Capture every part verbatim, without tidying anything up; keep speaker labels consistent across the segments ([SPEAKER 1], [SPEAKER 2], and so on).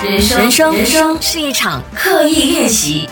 [SPEAKER 1] 人生，人生，人生是一场刻意练习。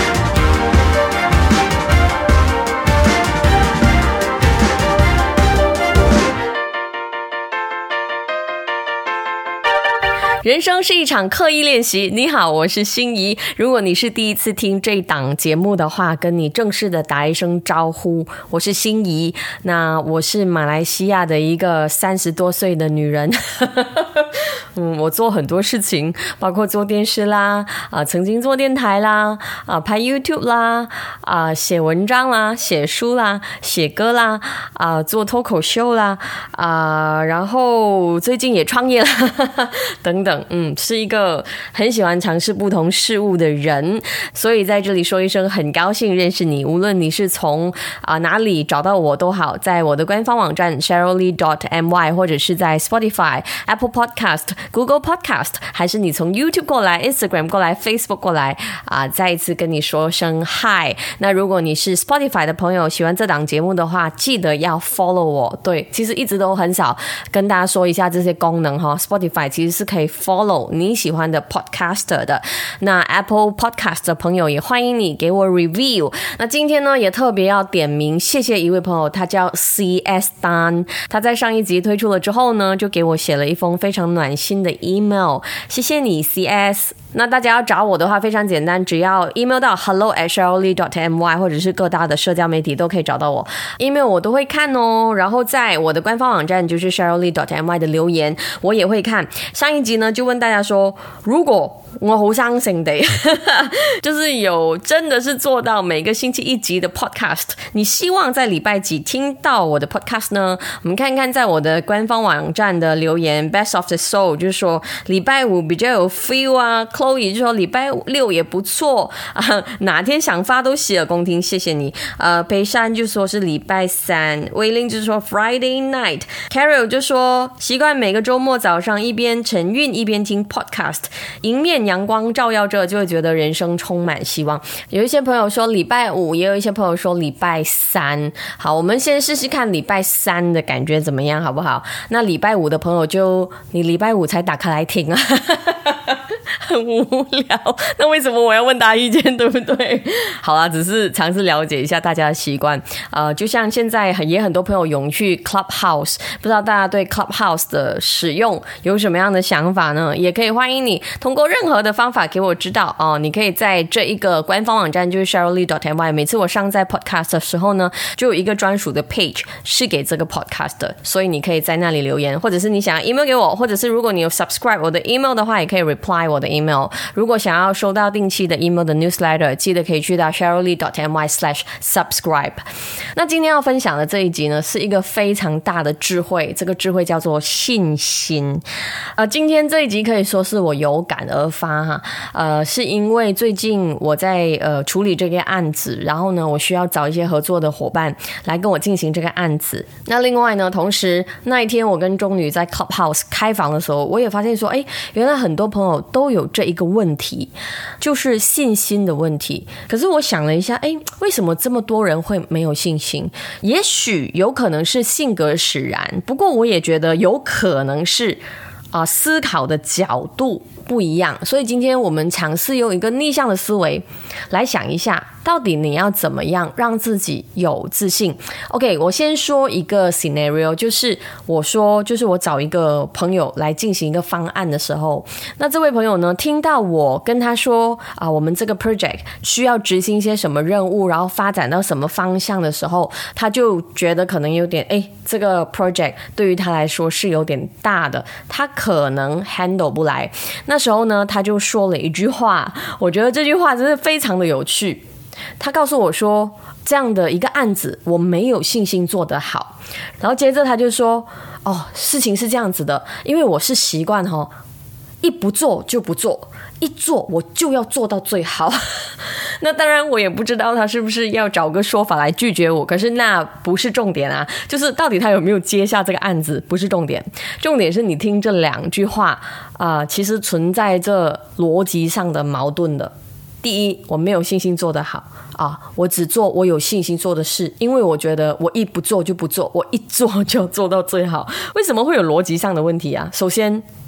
[SPEAKER 1] 人生是一场刻意练习。你好，我是心怡。如果你是第一次听这档节目的话，跟你正式的打一声招呼，我是心怡。那我是马来西亚的一个三十多岁的女人。嗯，我做很多事情，包括做电视啦，啊、呃，曾经做电台啦，啊、呃，拍 YouTube 啦，啊、呃，写文章啦，写书啦，写歌啦，啊、呃，做脱口秀啦，啊、呃，然后最近也创业了，等等。嗯，是一个很喜欢尝试不同事物的人，所以在这里说一声很高兴认识你。无论你是从啊、呃、哪里找到我都好，在我的官方网站 cheryl lee dot m y， 或者是在 Spotify、Apple Podcast、Google Podcast， 还是你从 YouTube 过来、Instagram 过来、Facebook 过来啊、呃，再一次跟你说声 Hi。那如果你是 Spotify 的朋友，喜欢这档节目的话，记得要 follow 我。对，其实一直都很少跟大家说一下这些功能哈。Spotify 其实是可以follow 你喜欢的 podcaster 的。那 Apple Podcast 的朋友也欢迎你给我 review。那今天呢也特别要点名谢谢一位朋友，他叫 C S 丹，他在上一集推出了之后呢，就给我写了一封非常暖心的 email， 谢谢你 C S。那大家要找我的话非常简单，只要 email 到 hello at cheryl lee dot m y， 或者是各大的社交媒体都可以找到我， email 我都会看哦。然后在我的官方网站就是 cheryl lee dot m y 的留言我也会看。上一集呢就问大家说，如果我好生性地就是有真的是做到每个星期一集的 podcast， 你希望在礼拜几听到我的 podcast 呢？我们看看在我的官方网站的留言 Best of the Soul 就是说礼拜五比较有 feel 啊， Chloe 就说礼拜六也不错啊，哪天想发都洗耳恭听，谢谢你。呃，裴山就说是礼拜三，威linh就说 Friday night， Carol 就说习惯每个周末早上一边晨运一边听 podcast， 迎面阳光照耀着，就会觉得人生充满希望。有一些朋友说礼拜五，也有一些朋友说礼拜三。好，我们先试试看礼拜三的感觉怎么样，好不好？那礼拜五的朋友就你礼拜五才打开来听啊。很无聊，那为什么我要问大家意见，对不对？好啦，只是尝试了解一下大家的习惯。呃，就像现在也很多朋友涌去 Clubhouse， 不知道大家对 Clubhouse 的使用有什么样的想法呢？也可以欢迎你通过任何的方法给我知道哦。你可以在这一个官方网站就是 cheryl lee dot m y， 每次我上在 podcast 的时候呢，就有一个专属的 page 是给这个 podcast 的，所以你可以在那里留言，或者是你想要 email 给我，或者是如果你有 subscribe 我的 email 的话，也可以 reply 我的 email。如果想要收到定期的 email 的 newsletter， 记得可以去到 cheryl lee dot m y slash subscribe。 那今天要分享的这一集呢，是一个非常大的智慧，这个智慧叫做信心。呃，今天这一集可以说是我有感而发哈，呃，是因为最近我在呃处理这个案子，然后呢，我需要找一些合作的伙伴来跟我进行这个案子。那另外呢，同时那一天我跟中女在 Clubhouse 开房的时候，我也发现说，哎，原来很多朋友都有这一个问题，就是信心的问题。可是我想了一下，诶，为什么这么多人会没有信心？也许有可能是性格使然，不过我也觉得有可能是呃、思考的角度不一样。所以今天我们尝试用一个逆向的思维来想一下，到底你要怎么样让自己有自信。 OK， 我先说一个 scenario， 就是我说就是我找一个朋友来进行一个方案的时候，那这位朋友呢，听到我跟他说啊，我们这个 project 需要执行一些什么任务，然后发展到什么方向的时候，他就觉得可能有点诶，这个 project 对于他来说是有点大的，他可能 handle 不来。那时候呢，他就说了一句话，我觉得这句话真是非常的有趣。他告诉我说，这样的一个案子我没有信心做得好。然后接着他就说，哦，事情是这样子的，因为我是习惯哦，一不做就不做，一做我就要做到最好。那当然我也不知道他是不是要找个说法来拒绝我，可是那不是重点啊，就是到底他有没有接下这个案子不是重点，重点是你听这两句话啊、呃，其实存在这逻辑上的矛盾的。第一，我没有信心做得好啊，我只做我有信心做的事，因为我觉得我一不做就不做，我一做就做到最好。为什么会有逻辑上的问题啊？首先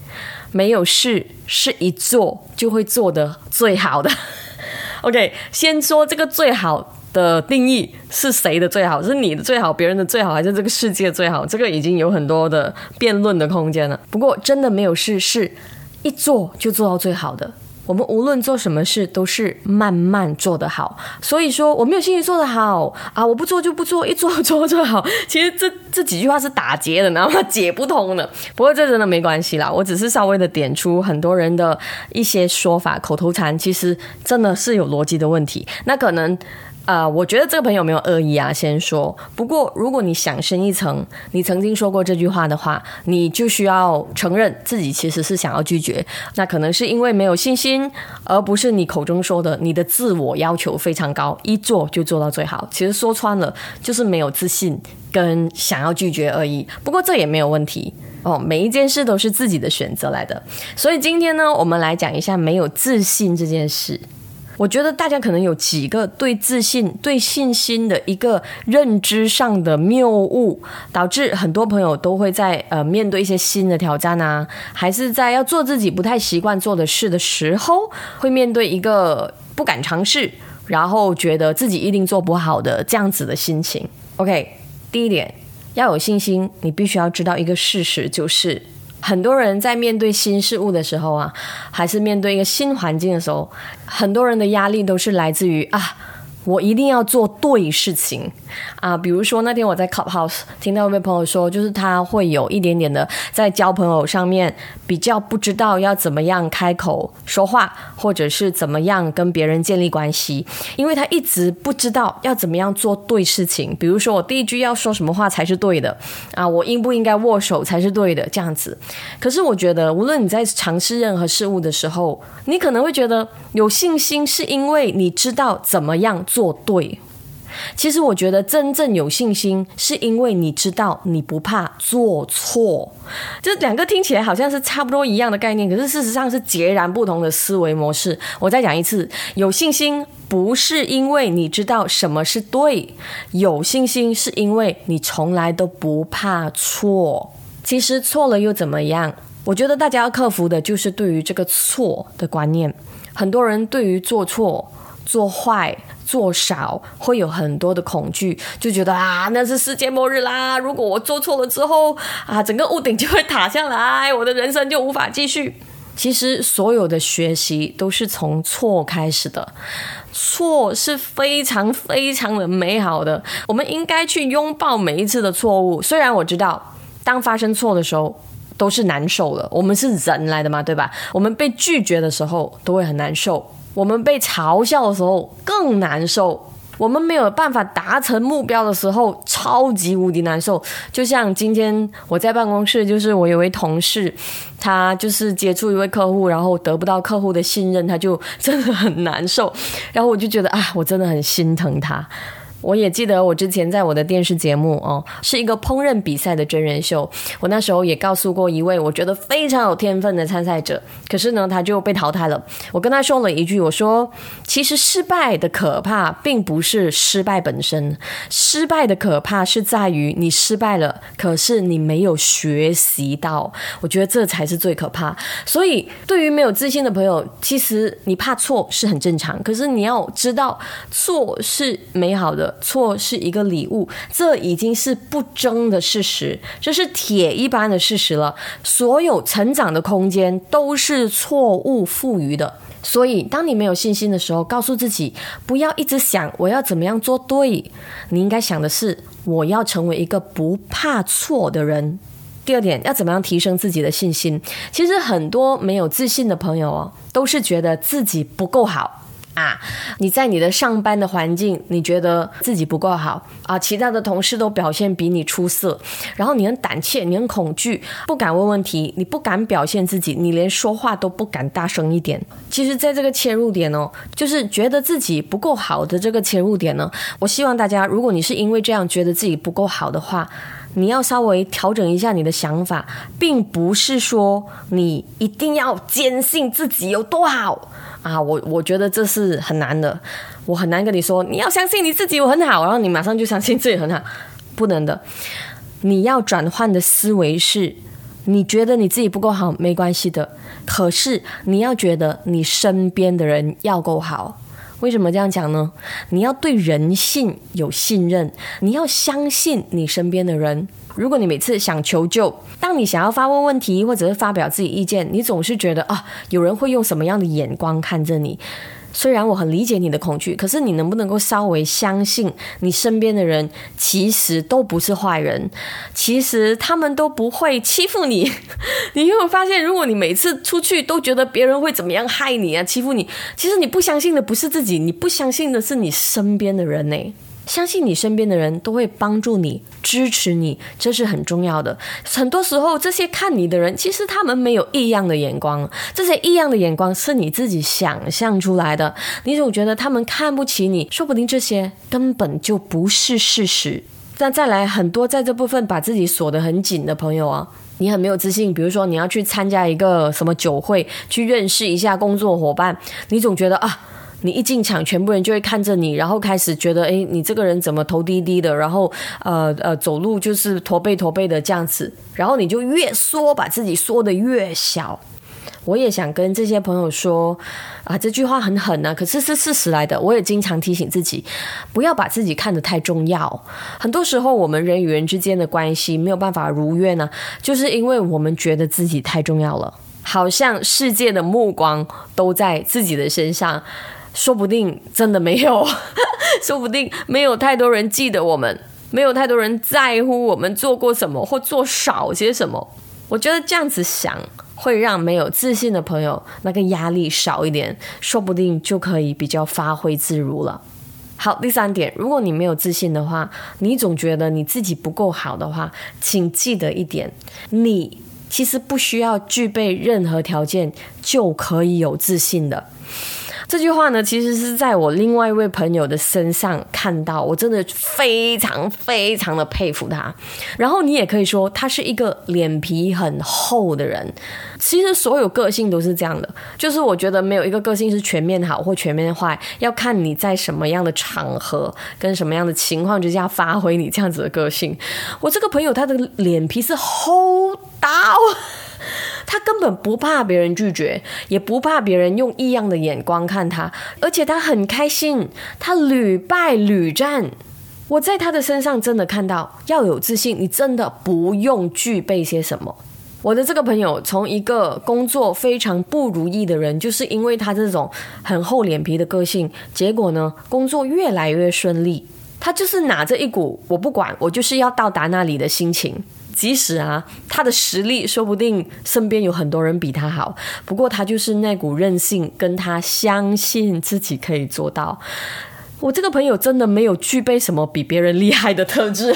[SPEAKER 1] 没有事是一做就会做得最好的。OK， 先说这个最好的定义是谁的最好？是你的最好，别人的最好，还是这个世界的最好？这个已经有很多的辩论的空间了。不过真的没有事是一做就做到最好的。我们无论做什么事都是慢慢做得好，所以说我没有信心做得好啊，我不做就不做，一做做做好。其实这这几句话是打结的，然后解不通的。不过这真的没关系啦，我只是稍微的点出很多人的一些说法，口头禅其实真的是有逻辑的问题。那可能呃，我觉得这个朋友没有恶意啊，先说。不过如果你想深一层，你曾经说过这句话的话，你就需要承认自己其实是想要拒绝。那可能是因为没有信心，而不是你口中说的你的自我要求非常高，一做就做到最好。其实说穿了就是没有自信跟想要拒绝而已。不过这也没有问题哦，每一件事都是自己的选择来的。所以今天呢，我们来讲一下没有自信这件事。我觉得大家可能有几个对自信、对信心的一个认知上的谬误，导致很多朋友都会在呃面对一些新的挑战啊，还是在要做自己不太习惯做的事的时候，会面对一个不敢尝试，然后觉得自己一定做不好的这样子的心情。OK， 第一点，要有信心，你必须要知道一个事实，就是很多人在面对新事物的时候啊，还是面对一个新环境的时候，很多人的压力都是来自于啊，我一定要做对事情啊。比如说那天我在 Clubhouse 听到一位朋友说，就是他会有一点点的在交朋友上面比较不知道要怎么样开口说话，或者是怎么样跟别人建立关系，因为他一直不知道要怎么样做对事情。比如说我第一句要说什么话才是对的啊，我应不应该握手才是对的，这样子。可是我觉得无论你在尝试任何事物的时候，你可能会觉得有信心是因为你知道怎么样做对。其实我觉得真正有信心是因为你知道你不怕做错。这两个听起来好像是差不多一样的概念，可是事实上是截然不同的思维模式。我再讲一次，有信心不是因为你知道什么是对，有信心是因为你从来都不怕错。其实错了又怎么样？我觉得大家要克服的就是对于这个错的观念。很多人对于做错、做坏、做少会有很多的恐惧，就觉得啊，那是世界末日啦！如果我做错了之后啊，整个屋顶就会塌下来，我的人生就无法继续。其实所有的学习都是从错开始的，错是非常非常的美好的，我们应该去拥抱每一次的错误。虽然我知道当发生错的时候都是难受的，我们是人来的嘛，对吧？我们被拒绝的时候都会很难受，我们被嘲笑的时候更难受，我们没有办法达成目标的时候超级无敌难受。就像今天我在办公室，就是我有一位同事，他就是接触一位客户，然后得不到客户的信任，他就真的很难受。然后我就觉得啊，我真的很心疼他。我也记得我之前在我的电视节目哦，是一个烹饪比赛的真人秀，我那时候也告诉过一位我觉得非常有天分的参赛者，可是呢他就被淘汰了。我跟他说了一句，我说其实失败的可怕并不是失败本身，失败的可怕是在于你失败了，可是你没有学习到，我觉得这才是最可怕。所以对于没有自信的朋友，其实你怕错是很正常，可是你要知道错是美好的，错是一个礼物，这已经是不争的事实，这是铁一般的事实了。所有成长的空间都是错误赋予的。所以当你没有信心的时候，告诉自己不要一直想我要怎么样做对，你应该想的是我要成为一个不怕错的人。第二点，要怎么样提升自己的信心？其实很多没有自信的朋友哦，都是觉得自己不够好啊，你在你的上班的环境，你觉得自己不够好啊，其他的同事都表现比你出色，然后你很胆怯，你很恐惧，不敢问问题，你不敢表现自己，你连说话都不敢大声一点。其实在这个切入点哦，就是觉得自己不够好的这个切入点呢，我希望大家，如果你是因为这样觉得自己不够好的话，你要稍微调整一下你的想法，并不是说你一定要坚信自己有多好啊，我我觉得这是很难的，我很难跟你说你要相信你自己有很好，然后你马上就相信自己很好，不能的。你要转换的思维是， 你觉得你自己不够好没关系的，可是你要觉得你身边的人要够好。为什么这样讲呢？你要对人性有信任，你要相信你身边的人。如果你每次想求救，当你想要发问问题或者是发表自己意见，你总是觉得啊，有人会用什么样的眼光看着你。虽然我很理解你的恐惧，可是你能不能够稍微相信你身边的人其实都不是坏人，其实他们都不会欺负你。你有没有发现，如果你每次出去都觉得别人会怎么样害你啊，欺负你，其实你不相信的不是自己，你不相信的是你身边的人呢。相信你身边的人都会帮助你，支持你，这是很重要的。很多时候这些看你的人，其实他们没有异样的眼光，这些异样的眼光是你自己想象出来的。你总觉得他们看不起你，说不定这些根本就不是事实。那再来，很多在这部分把自己锁得很紧的朋友啊，你很没有自信，比如说你要去参加一个什么酒会，去认识一下工作伙伴，你总觉得啊，你一进场全部人就会看着你，然后开始觉得诶，你这个人怎么头低低的，然后呃呃走路就是驼背驼背的这样子，然后你就越缩，把自己缩得越小。我也想跟这些朋友说啊，这句话很狠啊，可是是事实来的。我也经常提醒自己，不要把自己看得太重要。很多时候我们人与人之间的关系没有办法如愿呢、啊，就是因为我们觉得自己太重要了，好像世界的目光都在自己的身上。说不定真的没有说不定没有太多人记得我们，没有太多人在乎我们做过什么或做少些什么。我觉得这样子想会让没有自信的朋友那个压力少一点，说不定就可以比较发挥自如了。好，第三点，如果你没有自信的话，你总觉得你自己不够好的话，请记得一点，你其实不需要具备任何条件就可以有自信的。这句话呢，其实是在我另外一位朋友的身上看到，我真的非常非常的佩服他。然后你也可以说他是一个脸皮很厚的人。其实所有个性都是这样的，就是我觉得没有一个个性是全面好或全面坏，要看你在什么样的场合跟什么样的情况之下发挥你这样子的个性。我这个朋友他的脸皮是厚到他根本不怕别人拒绝，也不怕别人用异样的眼光看他，而且他很开心，他屡败屡战。我在他的身上真的看到，要有自信，你真的不用具备些什么。我的这个朋友从一个工作非常不如意的人，就是因为他这种很厚脸皮的个性，结果呢，工作越来越顺利。他就是拿着一股我不管，我就是要到达那里的心情。即使啊，他的实力说不定身边有很多人比他好，不过他就是那股韧性，跟他相信自己可以做到。我这个朋友真的没有具备什么比别人厉害的特质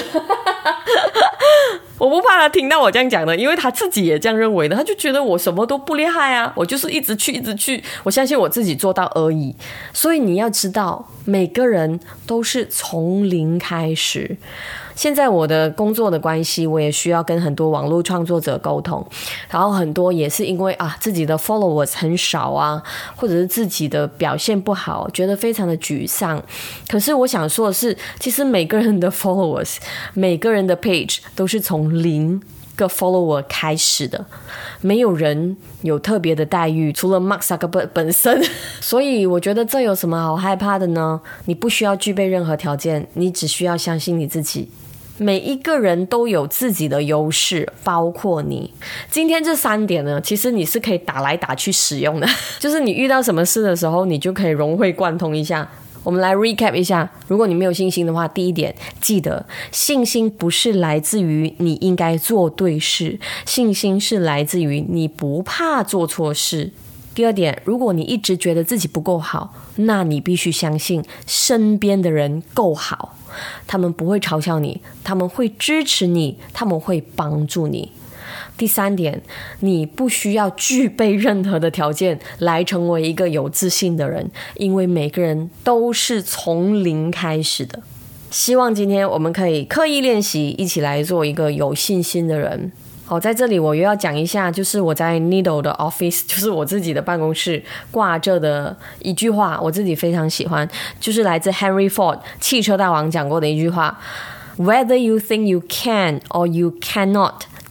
[SPEAKER 1] 我不怕他听到我这样讲的，因为他自己也这样认为的，他就觉得我什么都不厉害啊，我就是一直去一直去，我相信我自己做到而已。所以你要知道，每个人都是从零开始。现在我的工作的关系，我也需要跟很多网络创作者沟通，然后很多也是因为啊自己的 followers 很少啊，或者是自己的表现不好，觉得非常的沮丧。可是我想说的是，其实每个人的 followers， 每个人的 page 都是从零个 follower 开始的，没有人有特别的待遇，除了 Mark Zuckerberg 本身所以我觉得这有什么好害怕的呢？你不需要具备任何条件，你只需要相信你自己。每一个人都有自己的优势，包括你。今天这三点呢，其实你是可以打来打去使用的就是你遇到什么事的时候，你就可以融会贯通一下。我们来 recap 一下，如果你没有信心的话，第一点，记得信心不是来自于你应该做对事，信心是来自于你不怕做错事。第二点，如果你一直觉得自己不够好，那你必须相信身边的人够好，他们不会嘲笑你，他们会支持你，他们会帮助你。第三点，你不需要具备任何的条件来成为一个有自信的人，因为每个人都是从零开始的。希望今天我们可以刻意练习，一起来做一个有信心的人。好，在这里我又要讲一下，就是我在 Needle 的 office， 就是我自己的办公室挂着的一句话，我自己非常喜欢，就是来自 Henry Ford 汽车大王讲过的一句话， Whether you think you can or you cannot,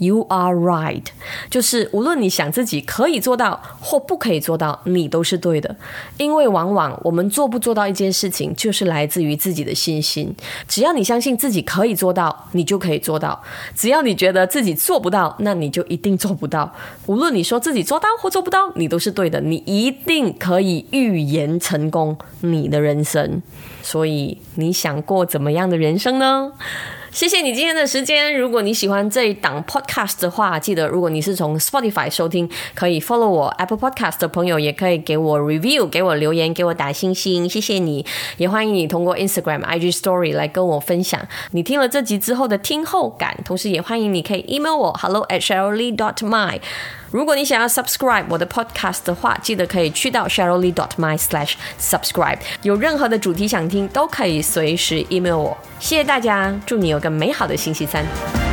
[SPEAKER 1] You are right， 就是无论你想自己可以做到或不可以做到，你都是对的。因为往往我们做不做到一件事情，就是来自于自己的信心。只要你相信自己可以做到，你就可以做到；只要你觉得自己做不到，那你就一定做不到。无论你说自己做到或做不到，你都是对的，你一定可以预言成功你的人生。所以你想过怎么样的人生呢？谢谢你今天的时间。如果你喜欢这一档 podcast 的话，记得如果你是从 Spotify 收听，可以 follow 我。 Apple Podcast 的朋友也可以给我 review， 给我留言，给我打星星，谢谢你。也欢迎你通过 Instagram I G Story 来跟我分享你听了这集之后的听后感，同时也欢迎你可以 email 我 hello at sheryllee dot my。如果你想要 subscribe 我的 podcast 的话，记得可以去到 sheryllee dot my slash subscribe。 有任何的主题想听，都可以随时 email 我。谢谢大家，祝你有个美好的星期三。